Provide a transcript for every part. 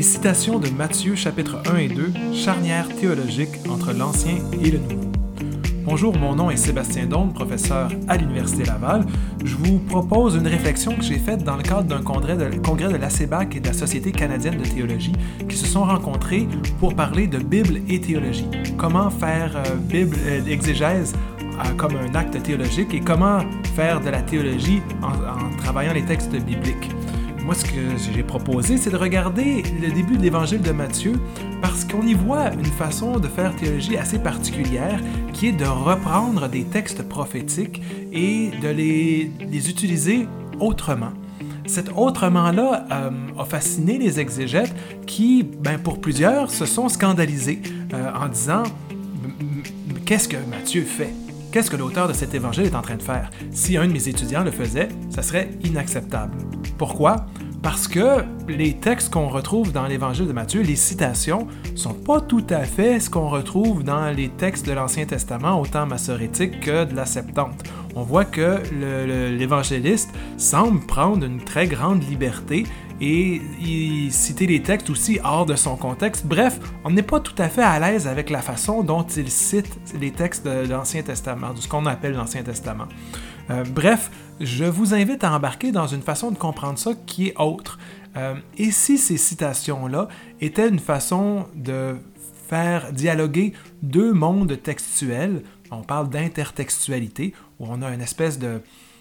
citations de Matthieu chapitre 1 et 2, charnière théologique entre l'Ancien et le Nouveau. Bonjour, mon nom est Sébastien Daume, professeur à l'Université Laval. Je vous propose une réflexion que j'ai faite dans le cadre d'un congrès de l'ACEBAC et de la Société canadienne de théologie qui se sont rencontrés pour parler de Bible et théologie. Comment faire exégèse comme un acte théologique et comment faire de la théologie en travaillant les textes bibliques. Moi, ce que j'ai proposé, c'est de regarder le début de l'Évangile de Matthieu parce qu'on y voit une façon de faire théologie assez particulière qui est de reprendre des textes prophétiques et de les utiliser autrement. Cet autrement-là a fasciné les exégètes qui, pour plusieurs, se sont scandalisés en disant « Qu'est-ce que Matthieu fait? Qu'est-ce que l'auteur de cet évangile est en train de faire? Si un de mes étudiants le faisait, ça serait inacceptable. » Pourquoi? Parce que les textes qu'on retrouve dans l'Évangile de Matthieu, les citations, ne sont pas tout à fait ce qu'on retrouve dans les textes de l'Ancien Testament, autant massorétique que de la Septante. On voit que l'évangéliste semble prendre une très grande liberté et citer les textes aussi hors de son contexte. Bref, on n'est pas tout à fait à l'aise avec la façon dont il cite les textes de l'Ancien Testament, de ce qu'on appelle l'Ancien Testament. Bref, je vous invite à embarquer dans une façon de comprendre ça qui est autre. Et si ces citations-là étaient une façon de faire dialoguer deux mondes textuels, on parle d'intertextualité, où on a une espèce de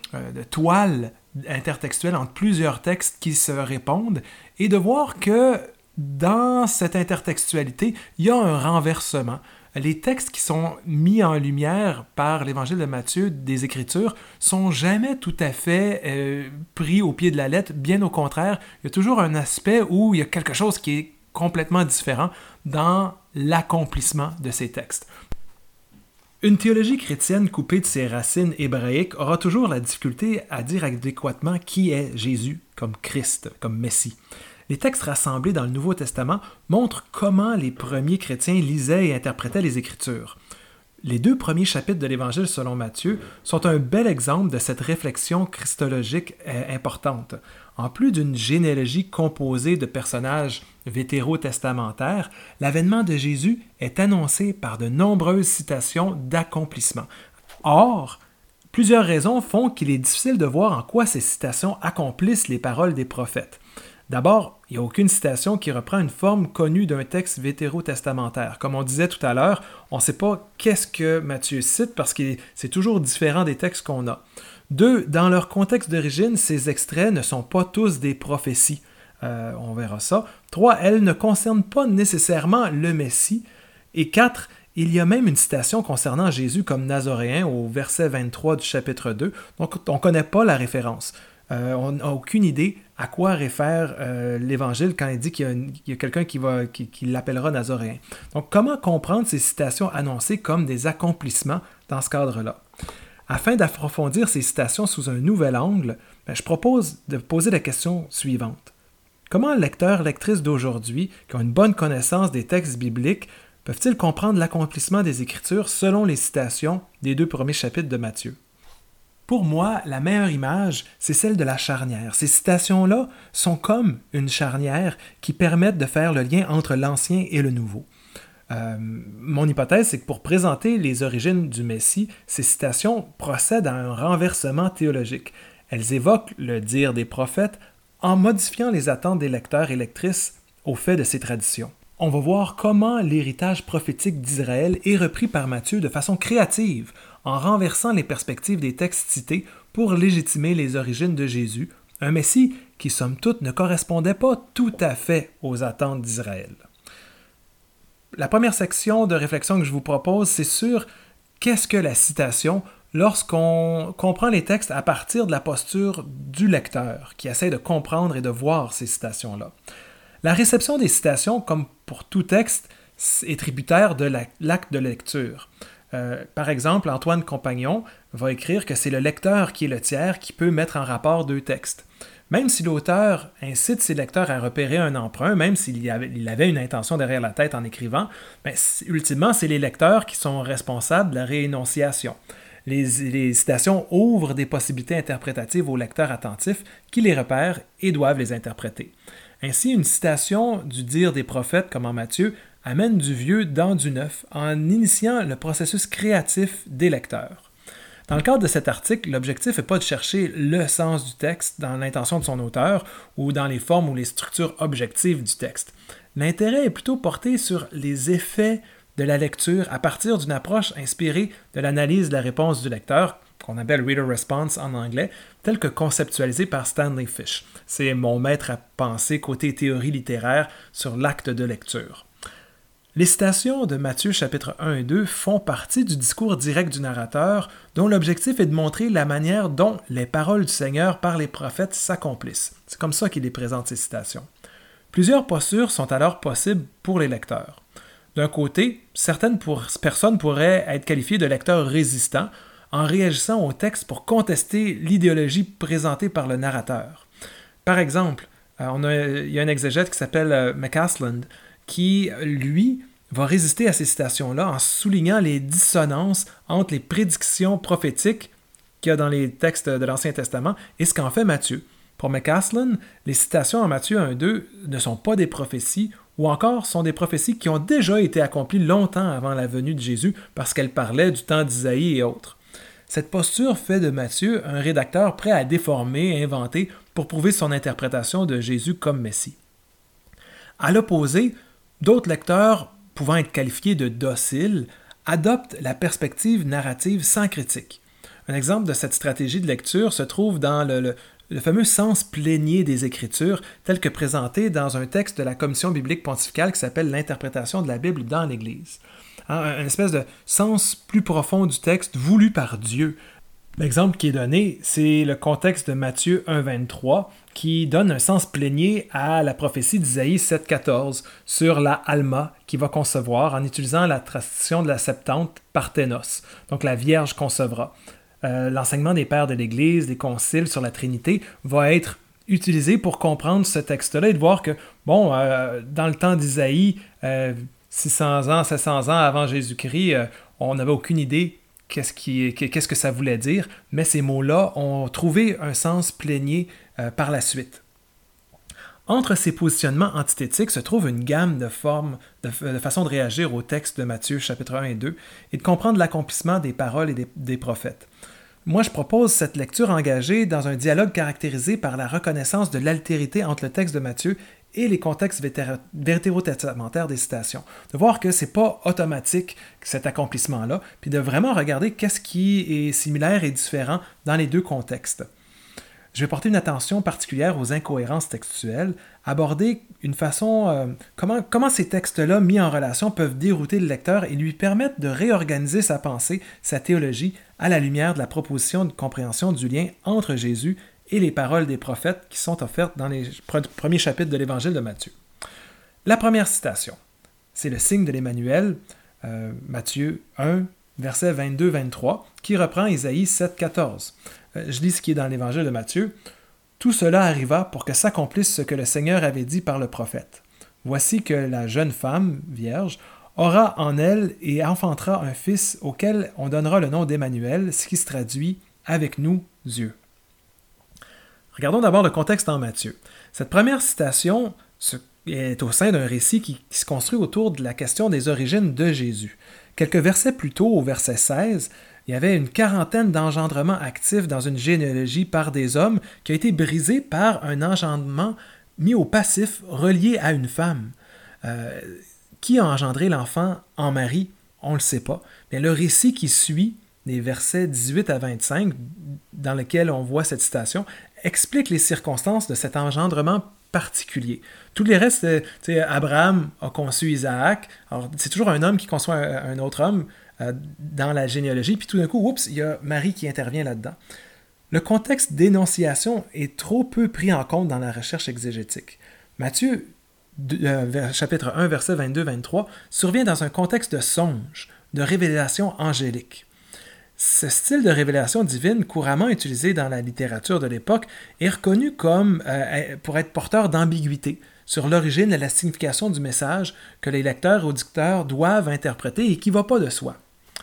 toile intertextuelle entre plusieurs textes qui se répondent, et de voir que dans cette intertextualité, il y a un renversement. Les textes qui sont mis en lumière par l'Évangile de Matthieu des Écritures sont jamais tout à fait pris au pied de la lettre. Bien au contraire, il y a toujours un aspect où il y a quelque chose qui est complètement différent dans l'accomplissement de ces textes. Une théologie chrétienne coupée de ses racines hébraïques aura toujours la difficulté à dire adéquatement qui est Jésus comme Christ, comme Messie. Les textes rassemblés dans le Nouveau Testament montrent comment les premiers chrétiens lisaient et interprétaient les Écritures. Les 2 premiers chapitres de l'Évangile selon Matthieu sont un bel exemple de cette réflexion christologique importante. En plus d'une généalogie composée de personnages vétérotestamentaires, l'avènement de Jésus est annoncé par de nombreuses citations d'accomplissement. Or, plusieurs raisons font qu'il est difficile de voir en quoi ces citations accomplissent les paroles des prophètes. D'abord, il n'y a aucune citation qui reprend une forme connue d'un texte vétérotestamentaire. Comme on disait tout à l'heure, on ne sait pas qu'est-ce que Matthieu cite parce que c'est toujours différent des textes qu'on a. 2, dans leur contexte d'origine, ces extraits ne sont pas tous des prophéties. On verra ça. 3, elles ne concernent pas nécessairement le Messie. Et 4, il y a même une citation concernant Jésus comme Nazoréen au verset 23 du chapitre 2. Donc, on ne connaît pas la référence. On n'a aucune idée à quoi réfère l'Évangile quand il dit qu'il y a quelqu'un qui l'appellera Nazoréen. Donc, comment comprendre ces citations annoncées comme des accomplissements dans ce cadre-là? Afin d'approfondir ces citations sous un nouvel angle, je propose de poser la question suivante. Comment lecteurs, lectrices d'aujourd'hui, qui ont une bonne connaissance des textes bibliques, peuvent-ils comprendre l'accomplissement des Écritures selon les citations des 2 premiers chapitres de Matthieu? Pour moi, la meilleure image, c'est celle de la charnière. Ces citations-là sont comme une charnière qui permettent de faire le lien entre l'Ancien et le Nouveau. Mon hypothèse, c'est que pour présenter les origines du Messie, ces citations procèdent à un renversement théologique. Elles évoquent le dire des prophètes en modifiant les attentes des lecteurs et lectrices au fait de ces traditions. On va voir comment l'héritage prophétique d'Israël est repris par Matthieu de façon créative, en renversant les perspectives des textes cités pour légitimer les origines de Jésus, un Messie qui, somme toute, ne correspondait pas tout à fait aux attentes d'Israël. La première section de réflexion que je vous propose, c'est sur qu'est-ce que la citation lorsqu'on comprend les textes à partir de la posture du lecteur, qui essaie de comprendre et de voir ces citations-là. La réception des citations, comme pour tout texte, est tributaire de l'acte de lecture. Par exemple, Antoine Compagnon va écrire que c'est le lecteur qui est le tiers qui peut mettre en rapport 2 textes. Même si l'auteur incite ses lecteurs à repérer un emprunt, même s'il avait une intention derrière la tête en écrivant, ultimement, c'est les lecteurs qui sont responsables de la réénonciation. Les citations ouvrent des possibilités interprétatives aux lecteurs attentifs qui les repèrent et doivent les interpréter. Ainsi, une citation du dire des prophètes, comme en Matthieu, amène du vieux dans du neuf en initiant le processus créatif des lecteurs. Dans le cadre de cet article, l'objectif n'est pas de chercher le sens du texte dans l'intention de son auteur ou dans les formes ou les structures objectives du texte. L'intérêt est plutôt porté sur les effets de la lecture à partir d'une approche inspirée de l'analyse de la réponse du lecteur, qu'on appelle Reader Response en anglais, telle que conceptualisée par Stanley Fish. C'est mon maître à penser côté théorie littéraire sur l'acte de lecture. Les citations de Matthieu chapitres 1 et 2 font partie du discours direct du narrateur, dont l'objectif est de montrer la manière dont les paroles du Seigneur par les prophètes s'accomplissent. C'est comme ça qu'il les présente, ces citations. Plusieurs postures sont alors possibles pour les lecteurs. D'un côté, certaines personnes pourraient être qualifiées de lecteurs résistants en réagissant au texte pour contester l'idéologie présentée par le narrateur. Par exemple, il y a un exégète qui s'appelle McCaslin qui, lui, va résister à ces citations-là en soulignant les dissonances entre les prédictions prophétiques qu'il y a dans les textes de l'Ancien Testament et ce qu'en fait Matthieu. Pour McCaslin, les citations en Matthieu 1-2 ne sont pas des prophéties ou encore sont des prophéties qui ont déjà été accomplies longtemps avant la venue de Jésus parce qu'elles parlaient du temps d'Isaïe et autres. Cette posture fait de Matthieu un rédacteur prêt à déformer et inventer pour prouver son interprétation de Jésus comme Messie. À l'opposé, d'autres lecteurs, pouvant être qualifiés de dociles, adoptent la perspective narrative sans critique. Un exemple de cette stratégie de lecture se trouve dans le fameux sens plénier des Écritures, tel que présenté dans un texte de la Commission biblique pontificale qui s'appelle « L'interprétation de la Bible dans l'Église ». Une espèce de sens plus profond du texte voulu par Dieu. L'exemple qui est donné, c'est le contexte de Matthieu 1,23 qui donne un sens plénier à la prophétie d'Isaïe 7,14 sur la Alma qui va concevoir en utilisant la tradition de la Septante Parthénos, donc la Vierge concevra. L'enseignement des pères de l'Église, des conciles sur la Trinité va être utilisé pour comprendre ce texte-là et de voir que, dans le temps d'Isaïe, 600 ans, 700 ans avant Jésus-Christ, on n'avait aucune idée qu'est-ce que ça voulait dire, mais ces mots-là ont trouvé un sens plénier par la suite. Entre ces positionnements antithétiques se trouve une gamme de formes, de façons de réagir au texte de Matthieu, chapitre 1 et 2, et de comprendre l'accomplissement des paroles et des prophètes. Moi, je propose cette lecture engagée dans un dialogue caractérisé par la reconnaissance de l'altérité entre le texte de Matthieu et les contextes vétérotestamentaires des citations. De voir que ce n'est pas automatique, cet accomplissement-là, puis de vraiment regarder qu'est-ce qui est similaire et différent dans les deux contextes. Je vais porter une attention particulière aux incohérences textuelles, aborder une façon, comment ces textes-là mis en relation peuvent dérouter le lecteur et lui permettre de réorganiser sa pensée, sa théologie, à la lumière de la proposition de compréhension du lien entre Jésus et les paroles des prophètes qui sont offertes dans les premiers chapitres de l'Évangile de Matthieu. La première citation, c'est le signe de l'Emmanuel, Matthieu 1, versets 22-23, qui reprend Isaïe 7,14. Je lis ce qui est dans l'Évangile de Matthieu. « Tout cela arriva pour que s'accomplisse ce que le Seigneur avait dit par le prophète. Voici que la jeune femme, vierge, aura en elle et enfantera un fils auquel on donnera le nom d'Emmanuel, ce qui se traduit « avec nous, Dieu ». Regardons d'abord le contexte en Matthieu. Cette première citation est au sein d'un récit qui se construit autour de la question des origines de Jésus. Quelques versets plus tôt, au verset 16, il y avait une quarantaine d'engendrements actifs dans une généalogie par des hommes qui a été brisée par un engendrement mis au passif relié à une femme. Qui a engendré l'enfant en Marie? On ne le sait pas. Mais le récit qui suit, des versets 18 à 25, dans lequel on voit cette citation, explique les circonstances de cet engendrement particulier. Tous les restes, Abraham a conçu Isaac. Alors, c'est toujours un homme qui conçoit un autre homme dans la généalogie, puis tout d'un coup, oups, il y a Marie qui intervient là-dedans. Le contexte d'énonciation est trop peu pris en compte dans la recherche exégétique. Matthieu, chapitre 1, verset 22-23, survient dans un contexte de songe, de révélation angélique. Ce style de révélation divine, couramment utilisé dans la littérature de l'époque, est reconnu comme pour être porteur d'ambiguïté sur l'origine et la signification du message que les lecteurs et auditeurs doivent interpréter et qui ne va pas de soi.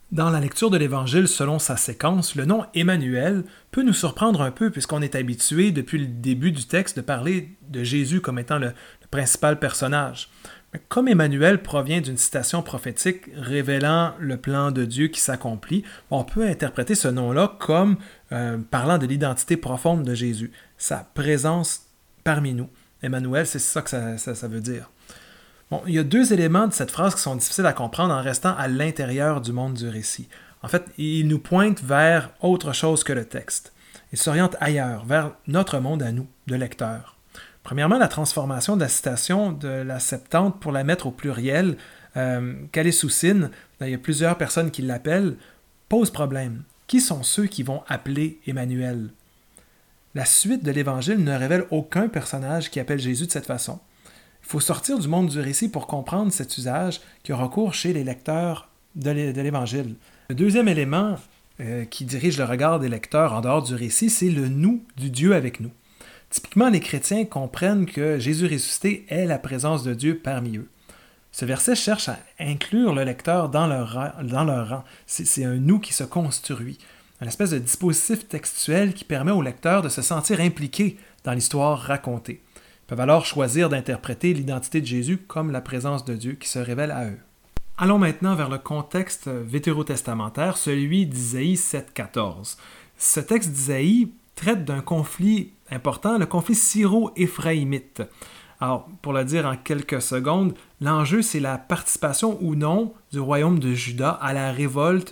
Dans la lecture de l'Évangile selon sa séquence, le nom Emmanuel peut nous surprendre un peu puisqu'on est habitué depuis le début du texte de parler de Jésus comme étant le principal personnage. Mais comme Emmanuel provient d'une citation prophétique révélant le plan de Dieu qui s'accomplit, on peut interpréter ce nom-là comme parlant de l'identité profonde de Jésus, sa présence parmi nous. Emmanuel, c'est ça que ça veut dire. Bon, il y a deux éléments de cette phrase qui sont difficiles à comprendre en restant à l'intérieur du monde du récit. En fait, il nous pointe vers autre chose que le texte. Il s'oriente ailleurs, vers notre monde à nous, de lecteurs. Premièrement, la transformation de la citation de la Septante pour la mettre au pluriel, Kalesoussine, il y a plusieurs personnes qui l'appellent, pose problème. Qui sont ceux qui vont appeler Emmanuel? La suite de l'Évangile ne révèle aucun personnage qui appelle Jésus de cette façon. Il faut sortir du monde du récit pour comprendre cet usage qui a recours chez les lecteurs de l'Évangile. Le deuxième élément qui dirige le regard des lecteurs en dehors du récit, c'est le « nous » du Dieu avec nous. Typiquement, les chrétiens comprennent que Jésus ressuscité est la présence de Dieu parmi eux. Ce verset cherche à inclure le lecteur dans leur rang. C'est un « nous » qui se construit, une espèce de dispositif textuel qui permet au lecteur de se sentir impliqué dans l'histoire racontée. Ils peuvent alors choisir d'interpréter l'identité de Jésus comme la présence de Dieu qui se révèle à eux. Allons maintenant vers le contexte vétérotestamentaire, celui d'Isaïe 7,14. Ce texte d'Isaïe traite d'un conflit important, le conflit syro-éphraïmite. Alors, pour le dire en quelques secondes, l'enjeu, c'est la participation ou non du royaume de Juda à la révolte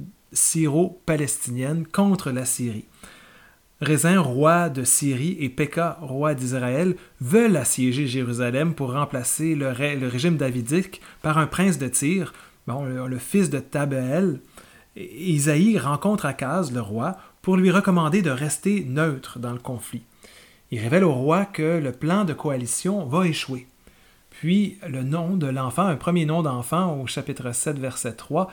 syro-palestinienne contre la Syrie. Rézin, roi de Syrie, et Péka, roi d'Israël, veulent assiéger Jérusalem pour remplacer le régime davidique par un prince de Tyr, le fils de Tabéel. Isaïe rencontre Akaz, le roi, pour lui recommander de rester neutre dans le conflit. Il révèle au roi que le plan de coalition va échouer. Puis le nom de l'enfant, un premier nom d'enfant au chapitre 7, verset 3,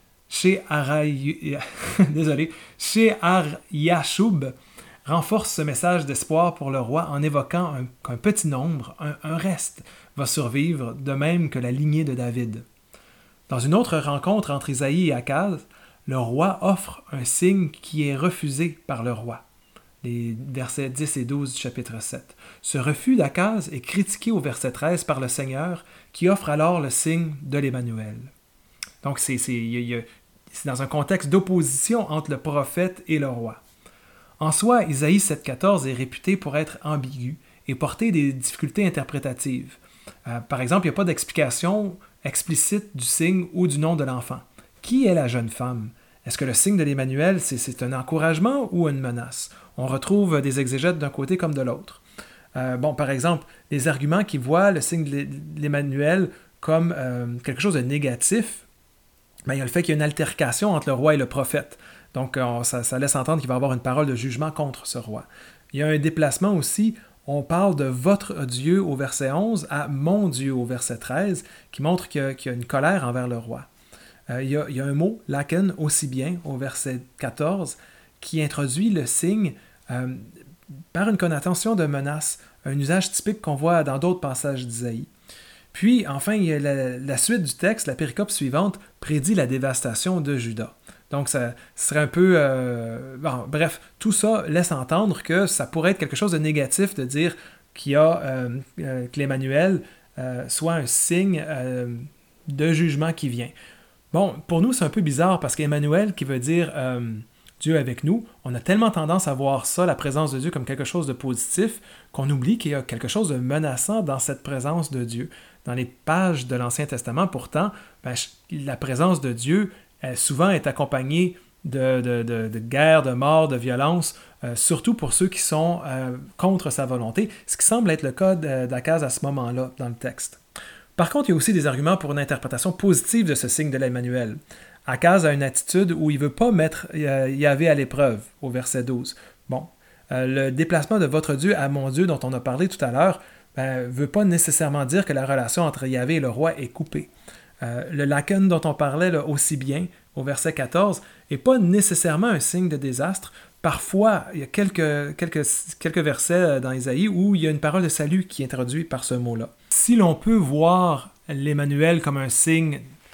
Shear-Yashub, renforce ce message d'espoir pour le roi en évoquant qu'un petit nombre, un reste, va survivre, de même que la lignée de David. Dans une autre rencontre entre Isaïe et Akaz, le roi offre un signe qui est refusé par le roi. Les versets 10 et 12 du chapitre 7. Ce refus d'Akaz est critiqué au verset 13 par le Seigneur, qui offre alors le signe de l'Emmanuel. Donc c'est dans un contexte d'opposition entre le prophète et le roi. En soi, Isaïe 7,14 est réputé pour être ambigu et porter des difficultés interprétatives. Par exemple, il n'y a pas d'explication explicite du signe ou du nom de l'enfant. Qui est la jeune femme? Est-ce que le signe de l'Emmanuel, c'est un encouragement ou une menace? On retrouve des exégètes d'un côté comme de l'autre. Par exemple, les arguments qui voient le signe de l'Emmanuel comme quelque chose de négatif, il y a le fait qu'il y a une altercation entre le roi et le prophète. Donc, ça laisse entendre qu'il va y avoir une parole de jugement contre ce roi. Il y a un déplacement aussi. On parle de « votre Dieu » au verset 11 à « mon Dieu » au verset 13, qui montre qu'il y a une colère envers le roi. Il y a un mot, « laken » aussi bien, au verset 14, qui introduit le signe par une connotation de menace, un usage typique qu'on voit dans d'autres passages d'Isaïe. Puis, enfin, il y a la suite du texte, la péricope suivante, prédit la dévastation de Juda. Donc, ça serait un peu... bref, tout ça laisse entendre que ça pourrait être quelque chose de négatif de dire que l'Emmanuel soit un signe de jugement qui vient. Bon, pour nous, c'est un peu bizarre parce qu'Emmanuel, qui veut dire Dieu avec nous, on a tellement tendance à voir ça, la présence de Dieu, comme quelque chose de positif, qu'on oublie qu'il y a quelque chose de menaçant dans cette présence de Dieu. Dans les pages de l'Ancien Testament, pourtant, la présence de Dieu souvent est accompagnée de guerre, de mort, de violence, surtout pour ceux qui sont contre sa volonté, ce qui semble être le cas d'Akaz à ce moment-là dans le texte. Par contre, il y a aussi des arguments pour une interprétation positive de ce signe de l'Emmanuel. Akaz a une attitude où il ne veut pas mettre Yahvé à l'épreuve, au verset 12. Le déplacement de votre Dieu à mon Dieu dont on a parlé tout à l'heure ne veut pas nécessairement dire que la relation entre Yahvé et le roi est coupée. Le laken dont on parlait là, aussi bien, au verset 14, n'est pas nécessairement un signe de désastre. Parfois, il y a quelques versets dans Isaïe où il y a une parole de salut qui est introduite par ce mot-là. Si l'on peut voir l'Emmanuel comme un signe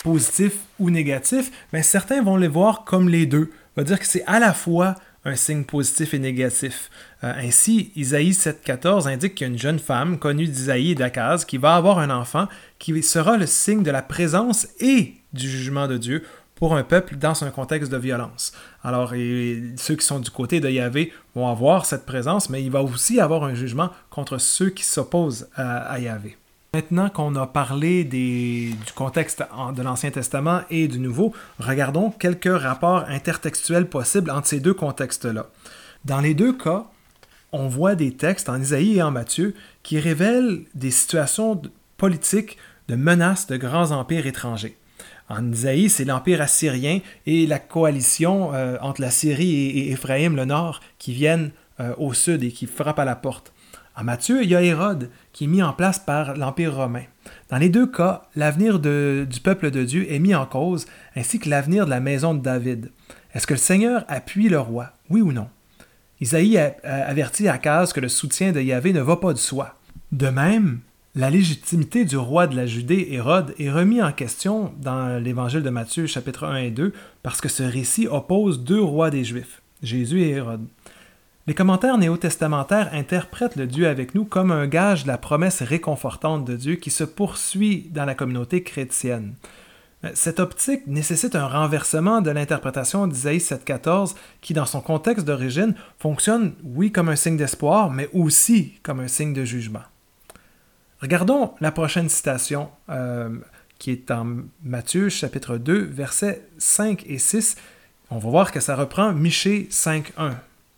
positif ou négatif, mais certains vont les voir comme les deux. On va dire que c'est à la fois un signe positif et négatif. Ainsi, Isaïe 7,14 indique qu'il y a une jeune femme connue d'Isaïe et d'Akaz qui va avoir un enfant qui sera le signe de la présence et du jugement de Dieu pour un peuple dans un contexte de violence. Alors, ceux qui sont du côté de Yahvé vont avoir cette présence, mais il va aussi avoir un jugement contre ceux qui s'opposent à Yahvé. Maintenant qu'on a parlé du contexte de l'Ancien Testament et du Nouveau, regardons quelques rapports intertextuels possibles entre ces deux contextes-là. Dans les deux cas, on voit des textes en Isaïe et en Matthieu qui révèlent des situations politiques de menaces de grands empires étrangers. En Isaïe, c'est l'empire assyrien et la coalition entre la Syrie et Éphraïm, le nord, qui viennent au sud et qui frappent à la porte. En Matthieu, il y a Hérode qui est mis en place par l'Empire romain. Dans les deux cas, l'avenir du peuple de Dieu est mis en cause, ainsi que l'avenir de la maison de David. Est-ce que le Seigneur appuie le roi? Oui ou non? Isaïe avertit Akaz que le soutien de Yahvé ne va pas de soi. De même, la légitimité du roi de la Judée, Hérode, est remis en question dans l'Évangile de Matthieu, chapitres 1 et 2, parce que ce récit oppose deux rois des Juifs, Jésus et Hérode. Les commentaires néo-testamentaires interprètent le Dieu avec nous comme un gage de la promesse réconfortante de Dieu qui se poursuit dans la communauté chrétienne. Cette optique nécessite un renversement de l'interprétation d'Isaïe 7,14 qui, dans son contexte d'origine, fonctionne, oui, comme un signe d'espoir, mais aussi comme un signe de jugement. Regardons la prochaine citation qui est en Matthieu, chapitre 2, versets 5 et 6. On va voir que ça reprend Michée 5,1.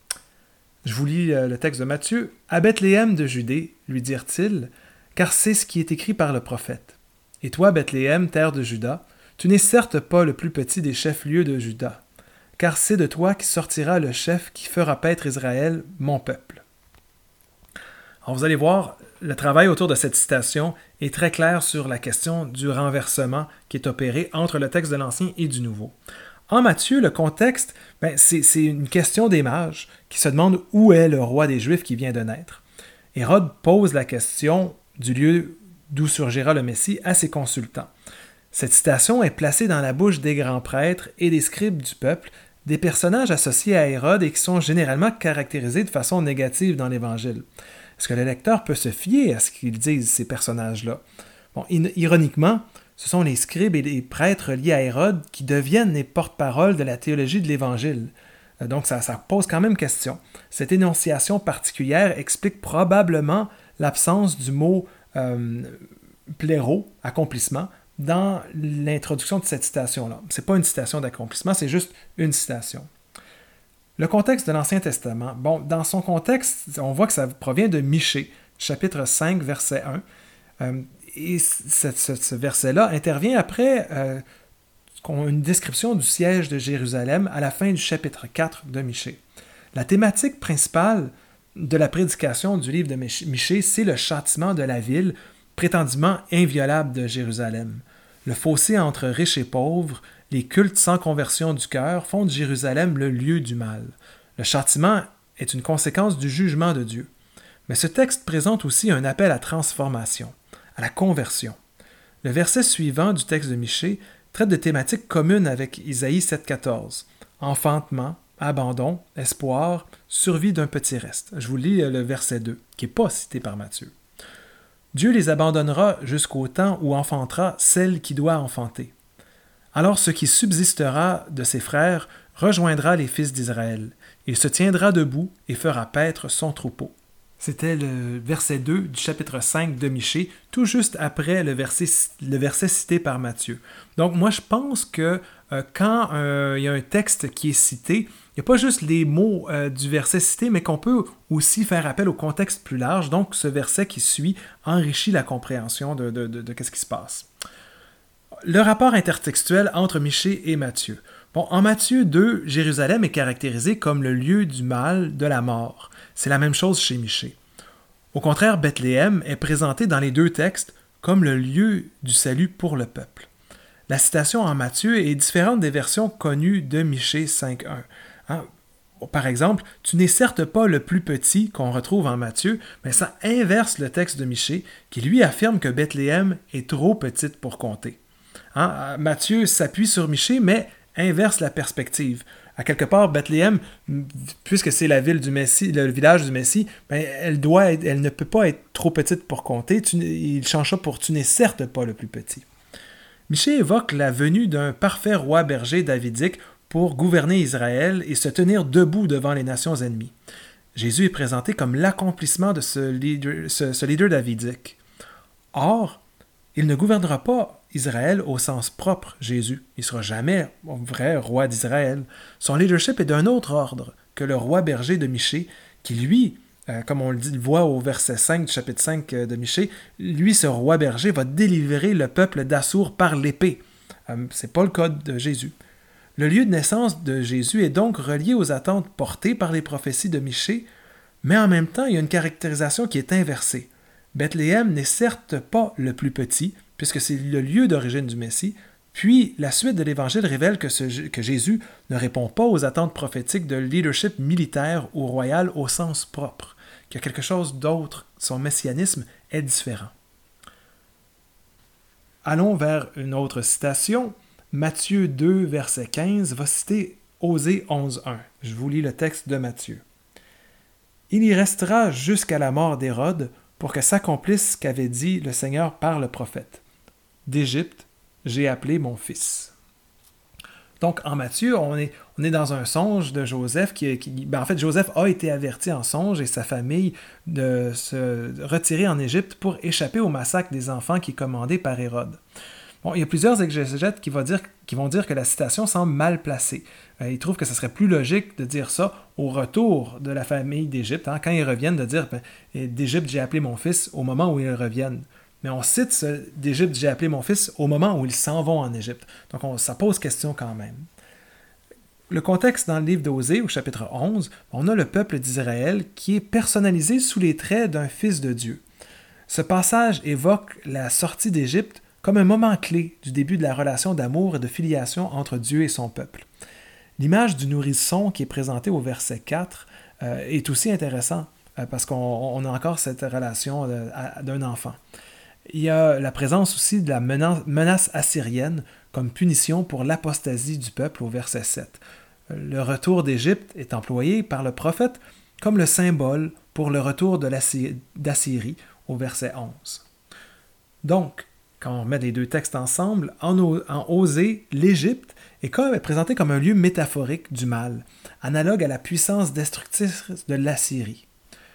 Je vous lis le texte de Matthieu. « À Bethléem de Judée, lui dirent-ils, car c'est ce qui est écrit par le prophète. Et toi, Bethléem, terre de Juda, tu n'es certes pas le plus petit des chefs-lieux de Juda, car c'est de toi qui sortira le chef qui fera paître Israël, mon peuple. » Alors vous allez voir, le travail autour de cette citation est très clair sur la question du renversement qui est opéré entre le texte de l'Ancien et du Nouveau. En Matthieu, le contexte, c'est une question des mages qui se demandent où est le roi des Juifs qui vient de naître. Hérode pose la question du lieu d'où surgira le Messie à ses consultants. Cette citation est placée dans la bouche des grands prêtres et des scribes du peuple, des personnages associés à Hérode et qui sont généralement caractérisés de façon négative dans l'Évangile. Est-ce que le lecteur peut se fier à ce qu'ils disent, ces personnages-là? Bon, ironiquement, ce sont les scribes et les prêtres liés à Hérode qui deviennent les porte-parole de la théologie de l'Évangile. Donc ça pose quand même question. Cette énonciation particulière explique probablement l'absence du mot pléro, accomplissement, dans l'introduction de cette citation-là. Ce n'est pas une citation d'accomplissement, c'est juste une citation. Le contexte de l'Ancien Testament. Bon, dans son contexte, on voit que ça provient de Michée, chapitre 5, verset 1. Et ce verset-là intervient après une description du siège de Jérusalem à la fin du chapitre 4 de Michée. La thématique principale de la prédication du livre de Michée, c'est le châtiment de la ville, prétendument inviolable de Jérusalem. Le fossé entre riches et pauvres, les cultes sans conversion du cœur font de Jérusalem le lieu du mal. Le châtiment est une conséquence du jugement de Dieu. Mais ce texte présente aussi un appel à transformation, à la conversion. Le verset suivant du texte de Michée traite de thématiques communes avec Isaïe 7,14. Enfantement, abandon, espoir, survie d'un petit reste. Je vous lis le verset 2, qui n'est pas cité par Matthieu. Dieu les abandonnera jusqu'au temps où enfantera celle qui doit enfanter. Alors ce qui subsistera de ses frères rejoindra les fils d'Israël. Il se tiendra debout et fera paître son troupeau. C'était le verset 2 du chapitre 5 de Michée, tout juste après le verset cité par Matthieu. Donc moi je pense que quand il y a un texte qui est cité, il n'y a pas juste les mots du verset cité, mais qu'on peut aussi faire appel au contexte plus large. Donc ce verset qui suit enrichit la compréhension de ce qui se passe. Le rapport intertextuel entre Michée et Matthieu. Bon, en Matthieu 2, Jérusalem est caractérisé comme le lieu du mal, de la mort. C'est la même chose chez Michée. Au contraire, Bethléem est présenté dans les deux textes comme le lieu du salut pour le peuple. La citation en Matthieu est différente des versions connues de Michée 5.1. Par exemple, « Tu n'es certes pas le plus petit » qu'on retrouve en Matthieu, mais ça inverse le texte de Michée qui lui affirme que Bethléem est trop petite pour compter. Matthieu s'appuie sur Michée, mais inverse la perspective. À quelque part, Bethléem, puisque c'est la ville du Messie, le village du Messie, ben, elle ne peut pas être trop petite pour compter. Il change ça pour « tu n'es certes pas le plus petit ». Michée évoque la venue d'un parfait roi berger davidique pour gouverner Israël et se tenir debout devant les nations ennemies. Jésus est présenté comme l'accomplissement de ce leader davidique. Or, il ne gouvernera pas Israël au sens propre, Jésus. Il ne sera jamais un vrai roi d'Israël. Son leadership est d'un autre ordre que le roi berger de Michée, qui lui, comme on le voit au verset 5 du chapitre 5 de Michée, lui, ce roi berger, va délivrer le peuple d'Assour par l'épée. Ce n'est pas le cas de Jésus. Le lieu de naissance de Jésus est donc relié aux attentes portées par les prophéties de Michée, mais en même temps, il y a une caractérisation qui est inversée. Bethléem n'est certes pas le plus petit, puisque c'est le lieu d'origine du Messie, puis la suite de l'Évangile révèle que Jésus ne répond pas aux attentes prophétiques de leadership militaire ou royal au sens propre, qu'il y a quelque chose d'autre, son messianisme est différent. Allons vers une autre citation. Matthieu 2, verset 15, va citer Osée 11.1. Je vous lis le texte de Matthieu. « Il y restera jusqu'à la mort d'Hérode pour que s'accomplisse ce qu'avait dit le Seigneur par le prophète. D'Égypte, j'ai appelé mon fils. » Donc, en Matthieu, on est dans un songe de Joseph en fait, Joseph a été averti en songe et sa famille de se retirer en Égypte pour échapper au massacre des enfants qui est commandé par Hérode. Bon, il y a plusieurs exégètes qui vont dire que la citation semble mal placée. Ils trouvent que ce serait plus logique de dire ça au retour de la famille d'Égypte, quand ils reviennent, de dire « d'Égypte, j'ai appelé mon fils » au moment où ils reviennent. Mais on cite d'Égypte, j'ai appelé mon fils au moment où ils s'en vont en Égypte. Donc ça pose question quand même. Le contexte dans le livre d'Osée, au chapitre 11, on a le peuple d'Israël qui est personnalisé sous les traits d'un fils de Dieu. Ce passage évoque la sortie d'Égypte comme un moment clé du début de la relation d'amour et de filiation entre Dieu et son peuple. L'image du nourrisson qui est présentée au verset 4 est aussi intéressante parce qu'on a encore cette relation d'un enfant. Il y a la présence aussi de la menace assyrienne comme punition pour l'apostasie du peuple au verset 7. Le retour d'Égypte est employé par le prophète comme le symbole pour le retour d'Assyrie au verset 11. Donc, quand on met les deux textes ensemble, en Osée, l'Égypte est présenté comme un lieu métaphorique du mal, analogue à la puissance destructrice de l'Assyrie.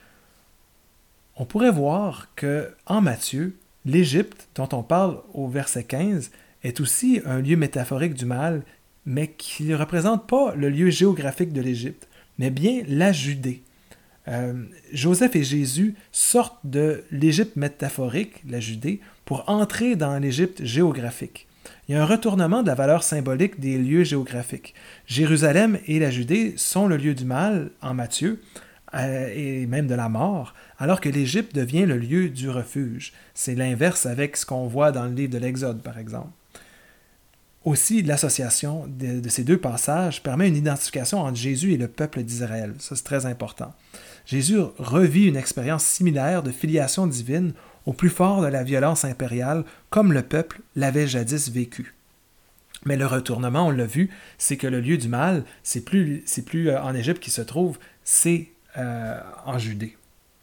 On pourrait voir qu'en Matthieu, l'Égypte, dont on parle au verset 15, est aussi un lieu métaphorique du mal, mais qui ne représente pas le lieu géographique de l'Égypte, mais bien la Judée. Joseph et Jésus sortent de l'Égypte métaphorique, la Judée, pour entrer dans l'Égypte géographique. Il y a un retournement de la valeur symbolique des lieux géographiques. Jérusalem et la Judée sont le lieu du mal en Matthieu, et même de la mort, alors que l'Égypte devient le lieu du refuge. C'est l'inverse avec ce qu'on voit dans le livre de l'Exode, par exemple. Aussi, l'association de ces deux passages permet une identification entre Jésus et le peuple d'Israël. Ça, c'est très important. Jésus revit une expérience similaire de filiation divine au plus fort de la violence impériale, comme le peuple l'avait jadis vécu. Mais le retournement, on l'a vu, c'est que le lieu du mal, c'est plus en Égypte qu'il se trouve, c'est en Judée.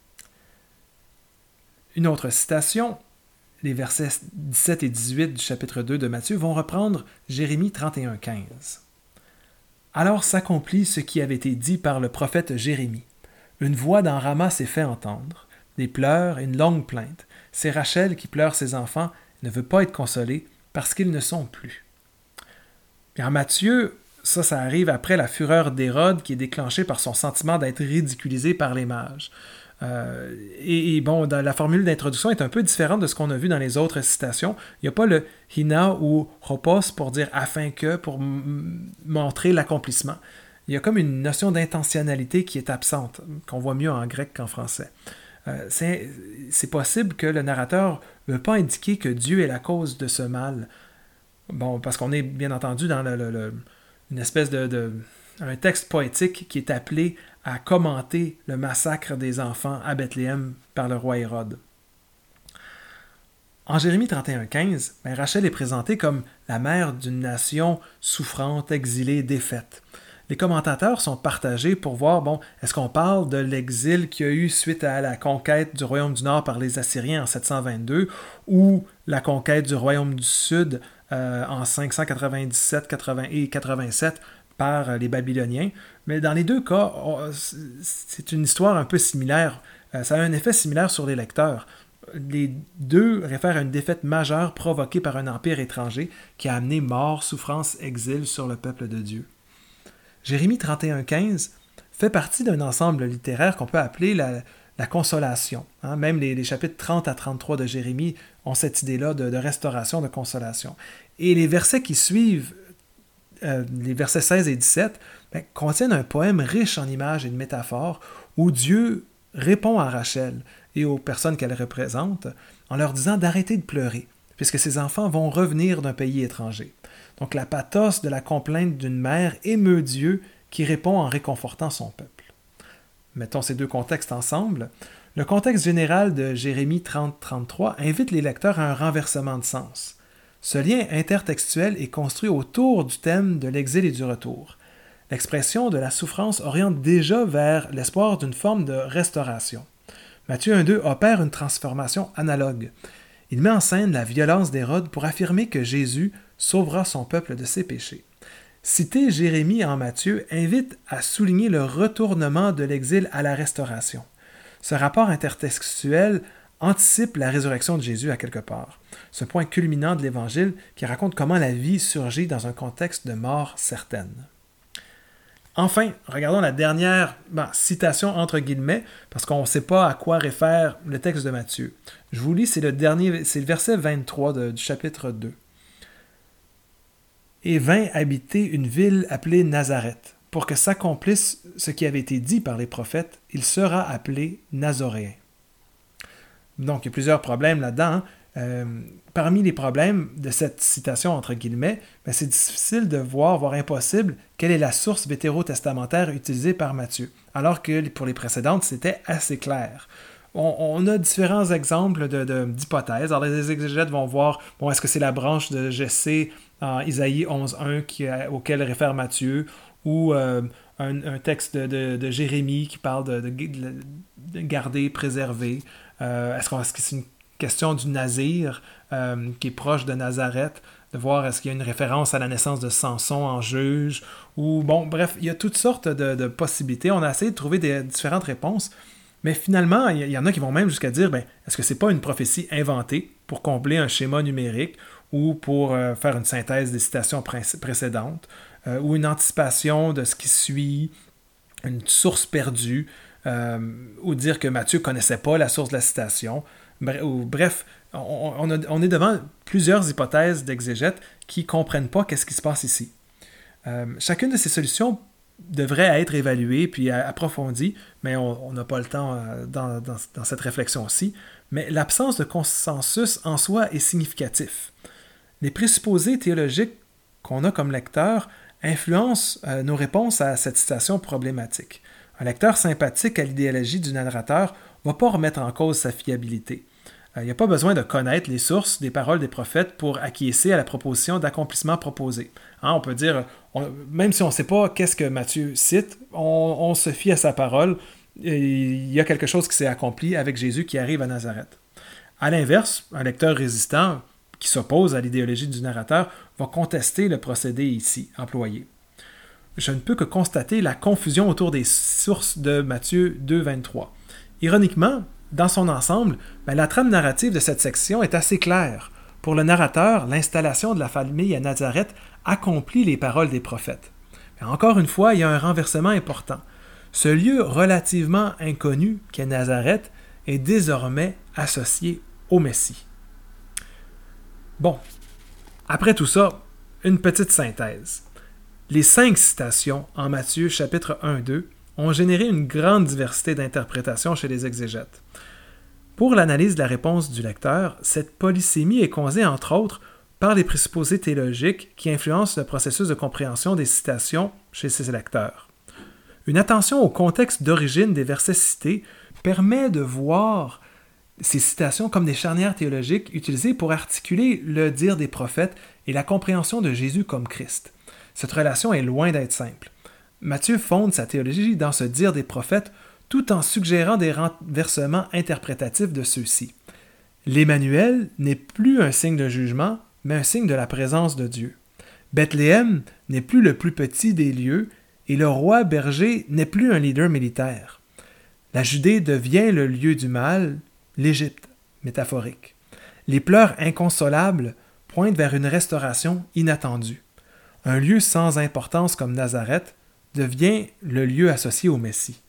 Une autre citation, les versets 17 et 18 du chapitre 2 de Matthieu vont reprendre Jérémie 31:15. « Alors s'accomplit ce qui avait été dit par le prophète Jérémie. Une voix dans Rama s'est fait entendre, des pleurs et une longue plainte. C'est Rachel qui pleure ses enfants et ne veut pas être consolée parce qu'ils ne sont plus. » Et en Matthieu, ça arrive après la fureur d'Hérode qui est déclenchée par son sentiment d'être ridiculisé par les mages. Dans la formule d'introduction est un peu différente de ce qu'on a vu dans les autres citations. Il n'y a pas le hina ou hopos pour dire afin que, pour montrer l'accomplissement. Il y a comme une notion d'intentionnalité qui est absente, qu'on voit mieux en grec qu'en français. C'est possible que le narrateur ne veut pas indiquer que Dieu est la cause de ce mal. Bon, parce qu'on est bien entendu dans une espèce un texte poétique qui est appelé à commenter le massacre des enfants à Bethléem par le roi Hérode. En Jérémie 31,15, Rachel est présentée comme la mère d'une nation souffrante, exilée, défaite. Les commentateurs sont partagés pour voir, est-ce qu'on parle de l'exil qu'il y a eu suite à la conquête du Royaume du Nord par les Assyriens en 722 ou la conquête du Royaume du Sud en 597 et 87 par les Babyloniens. Mais dans les deux cas, c'est une histoire un peu similaire. Ça a un effet similaire sur les lecteurs. Les deux réfèrent à une défaite majeure provoquée par un empire étranger qui a amené mort, souffrance, exil sur le peuple de Dieu. Jérémie 31,15 fait partie d'un ensemble littéraire qu'on peut appeler la consolation. Même les chapitres 30 à 33 de Jérémie ont cette idée-là de restauration, de consolation. Et les versets qui suivent, les versets 16 et 17, contiennent un poème riche en images et de métaphores où Dieu répond à Rachel et aux personnes qu'elle représente en leur disant d'arrêter de pleurer, puisque ces enfants vont revenir d'un pays étranger. Donc la pathos de la complainte d'une mère émeut Dieu qui répond en réconfortant son peuple. Mettons ces deux contextes ensemble. Le contexte général de Jérémie 30-33 invite les lecteurs à un renversement de sens. Ce lien intertextuel est construit autour du thème de l'exil et du retour. L'expression de la souffrance oriente déjà vers l'espoir d'une forme de restauration. Matthieu 1,2 opère une transformation analogue. Il met en scène la violence d'Hérode pour affirmer que Jésus sauvera son peuple de ses péchés. Citer Jérémie en Matthieu invite à souligner le retournement de l'exil à la restauration. Ce rapport intertextuel anticipe la résurrection de Jésus à quelque part. Ce point culminant de l'Évangile qui raconte comment la vie surgit dans un contexte de mort certaine. Enfin, regardons la dernière citation entre guillemets, parce qu'on ne sait pas à quoi réfère le texte de Matthieu. Je vous lis, c'est le verset 23 du chapitre 2. « Et vint habiter une ville appelée Nazareth, pour que s'accomplisse ce qui avait été dit par les prophètes, il sera appelé Nazoréen. » Donc, il y a plusieurs problèmes là-dedans. Parmi les problèmes de cette citation, entre guillemets, c'est difficile de voire impossible, quelle est la source vétérotestamentaire utilisée par Matthieu, alors que pour les précédentes, c'était assez clair. On a différents exemples d'hypothèses. Alors, les exégètes vont voir, est-ce que c'est la branche de Jessé en Isaïe 11.1 auquel réfère Matthieu, ou un texte de Jérémie qui parle de garder, préserver. Est-ce que c'est une question du Nazir qui est proche de Nazareth, de voir est-ce qu'il y a une référence à la naissance de Samson en juge, ou bref, il y a toutes sortes de possibilités. On a essayé de trouver différentes réponses, mais finalement, il y en a qui vont même jusqu'à dire, est-ce que c'est pas une prophétie inventée pour combler un schéma numérique ou pour faire une synthèse des citations précédentes, ou une anticipation de ce qui suit, une source perdue, ou dire que Matthieu ne connaissait pas la source de la citation. Bref, on est devant plusieurs hypothèses d'exégètes qui ne comprennent pas qu'est-ce qui se passe ici. Chacune de ces solutions devrait être évaluée puis approfondie, mais on n'a pas le temps dans cette réflexion-ci. Mais l'absence de consensus en soi est significatif. Les présupposés théologiques qu'on a comme lecteur influencent nos réponses à cette citation problématique. Un lecteur sympathique à l'idéologie du narrateur ne va pas remettre en cause sa fiabilité. Il n'y a pas besoin de connaître les sources des paroles des prophètes pour acquiescer à la proposition d'accomplissement proposée. On peut dire, même si on ne sait pas qu'est-ce que Matthieu cite, on se fie à sa parole. Il y a quelque chose qui s'est accompli avec Jésus qui arrive à Nazareth. À l'inverse, un lecteur résistant qui s'oppose à l'idéologie du narrateur va contester le procédé ici employé. Je ne peux que constater la confusion autour des sources de Matthieu 2,23. Ironiquement, dans son ensemble, la trame narrative de cette section est assez claire. Pour le narrateur, l'installation de la famille à Nazareth accomplit les paroles des prophètes. Mais encore une fois, il y a un renversement important. Ce lieu relativement inconnu qu'est Nazareth est désormais associé au Messie. Après tout ça, une petite synthèse. Les 5 citations en Matthieu chapitre 1-2 ont généré une grande diversité d'interprétations chez les exégètes. Pour l'analyse de la réponse du lecteur, cette polysémie est causée entre autres par les présupposés théologiques qui influencent le processus de compréhension des citations chez ses lecteurs. Une attention au contexte d'origine des versets cités permet de voir ces citations comme des charnières théologiques utilisées pour articuler le dire des prophètes et la compréhension de Jésus comme Christ. Cette relation est loin d'être simple. Matthieu fonde sa théologie dans ce dire des prophètes tout en suggérant des renversements interprétatifs de ceux-ci. L'Emmanuel n'est plus un signe de jugement, mais un signe de la présence de Dieu. Bethléem n'est plus le plus petit des lieux et le roi berger n'est plus un leader militaire. La Judée devient le lieu du mal, l'Égypte, métaphorique. Les pleurs inconsolables pointent vers une restauration inattendue. Un lieu sans importance comme Nazareth devient le lieu associé au Messie.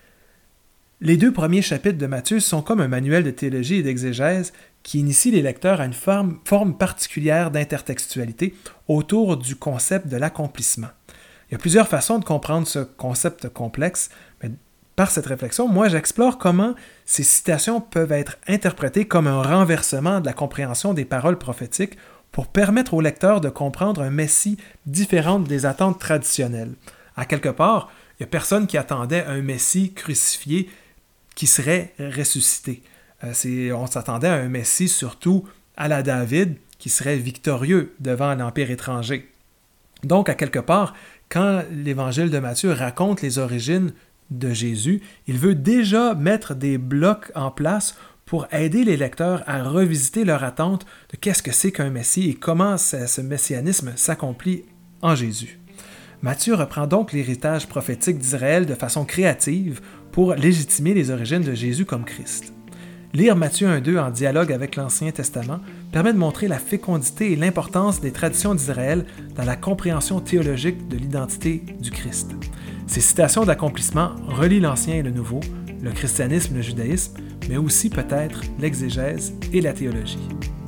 Les 2 premiers chapitres de Matthieu sont comme un manuel de théologie et d'exégèse qui initie les lecteurs à une forme particulière d'intertextualité autour du concept de l'accomplissement. Il y a plusieurs façons de comprendre ce concept complexe, mais par cette réflexion, moi j'explore comment ces citations peuvent être interprétées comme un renversement de la compréhension des paroles prophétiques pour permettre au lecteur de comprendre un Messie différent des attentes traditionnelles. À quelque part, il n'y a personne qui attendait un Messie crucifié qui serait ressuscité. On s'attendait à un Messie, surtout à la David, qui serait victorieux devant l'Empire étranger. Donc, à quelque part, quand l'Évangile de Matthieu raconte les origines de Jésus, il veut déjà mettre des blocs en place pour aider les lecteurs à revisiter leur attente de qu'est-ce que c'est qu'un Messie et comment ce messianisme s'accomplit en Jésus. Matthieu reprend donc l'héritage prophétique d'Israël de façon créative pour légitimer les origines de Jésus comme Christ. Lire Matthieu 1-2 en dialogue avec l'Ancien Testament permet de montrer la fécondité et l'importance des traditions d'Israël dans la compréhension théologique de l'identité du Christ. Ces citations d'accomplissement relient l'Ancien et le Nouveau, le christianisme et le judaïsme, mais aussi peut-être l'exégèse et la théologie.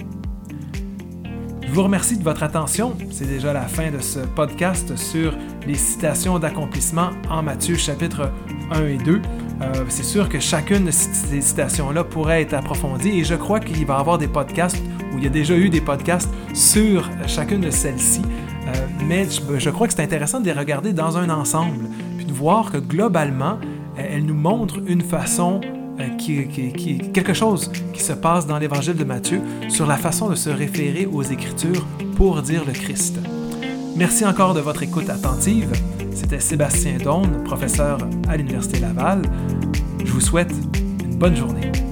Je vous remercie de votre attention. C'est déjà la fin de ce podcast sur les citations d'accomplissement en Matthieu chapitres 1 et 2. C'est sûr que chacune de ces citations-là pourrait être approfondie et je crois qu'il va y avoir des podcasts, ou il y a déjà eu des podcasts sur chacune de celles-ci. Mais je crois que c'est intéressant de les regarder dans un ensemble, puis de voir que globalement, elles nous montrent une façon quelque chose qui se passe dans l'Évangile de Matthieu sur la façon de se référer aux Écritures pour dire le Christ. Merci encore de votre écoute attentive. C'était Sébastien Daune, professeur à l'Université Laval. Je vous souhaite une bonne journée.